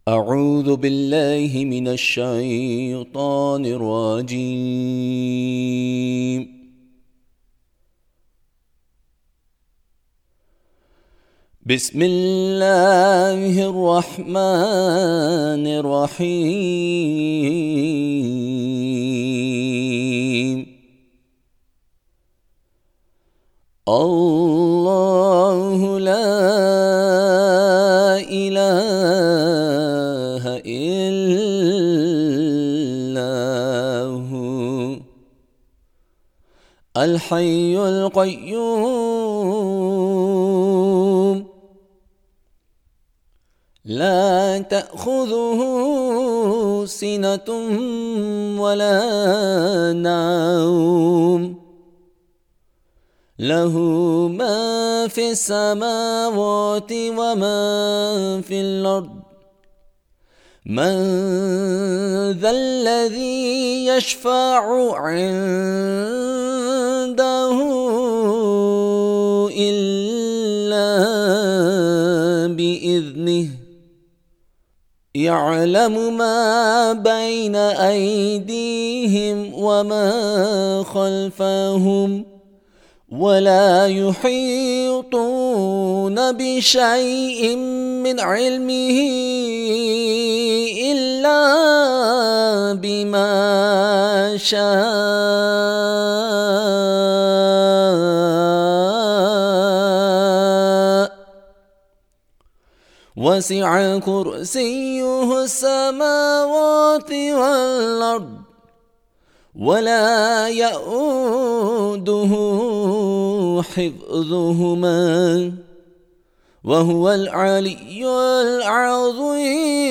أعوذ بالله من الشيطان الرجيم. بسم الله الرحمن الرحيم. الله لا إله إلا هو الحي القيوم لا تأخذه سنة ولا نوم له ما في السماوات وما في الأرض. من ذا الذي يشفع عنده إلا بإذنه. يعلم ما بين أيديهم وما خلفهم ولا يحيطون بشيء من علمه إلا بما شاء. وسع كرسيه السماوات والأرض ولا يؤوده حفظهما وهو العلي العظيم.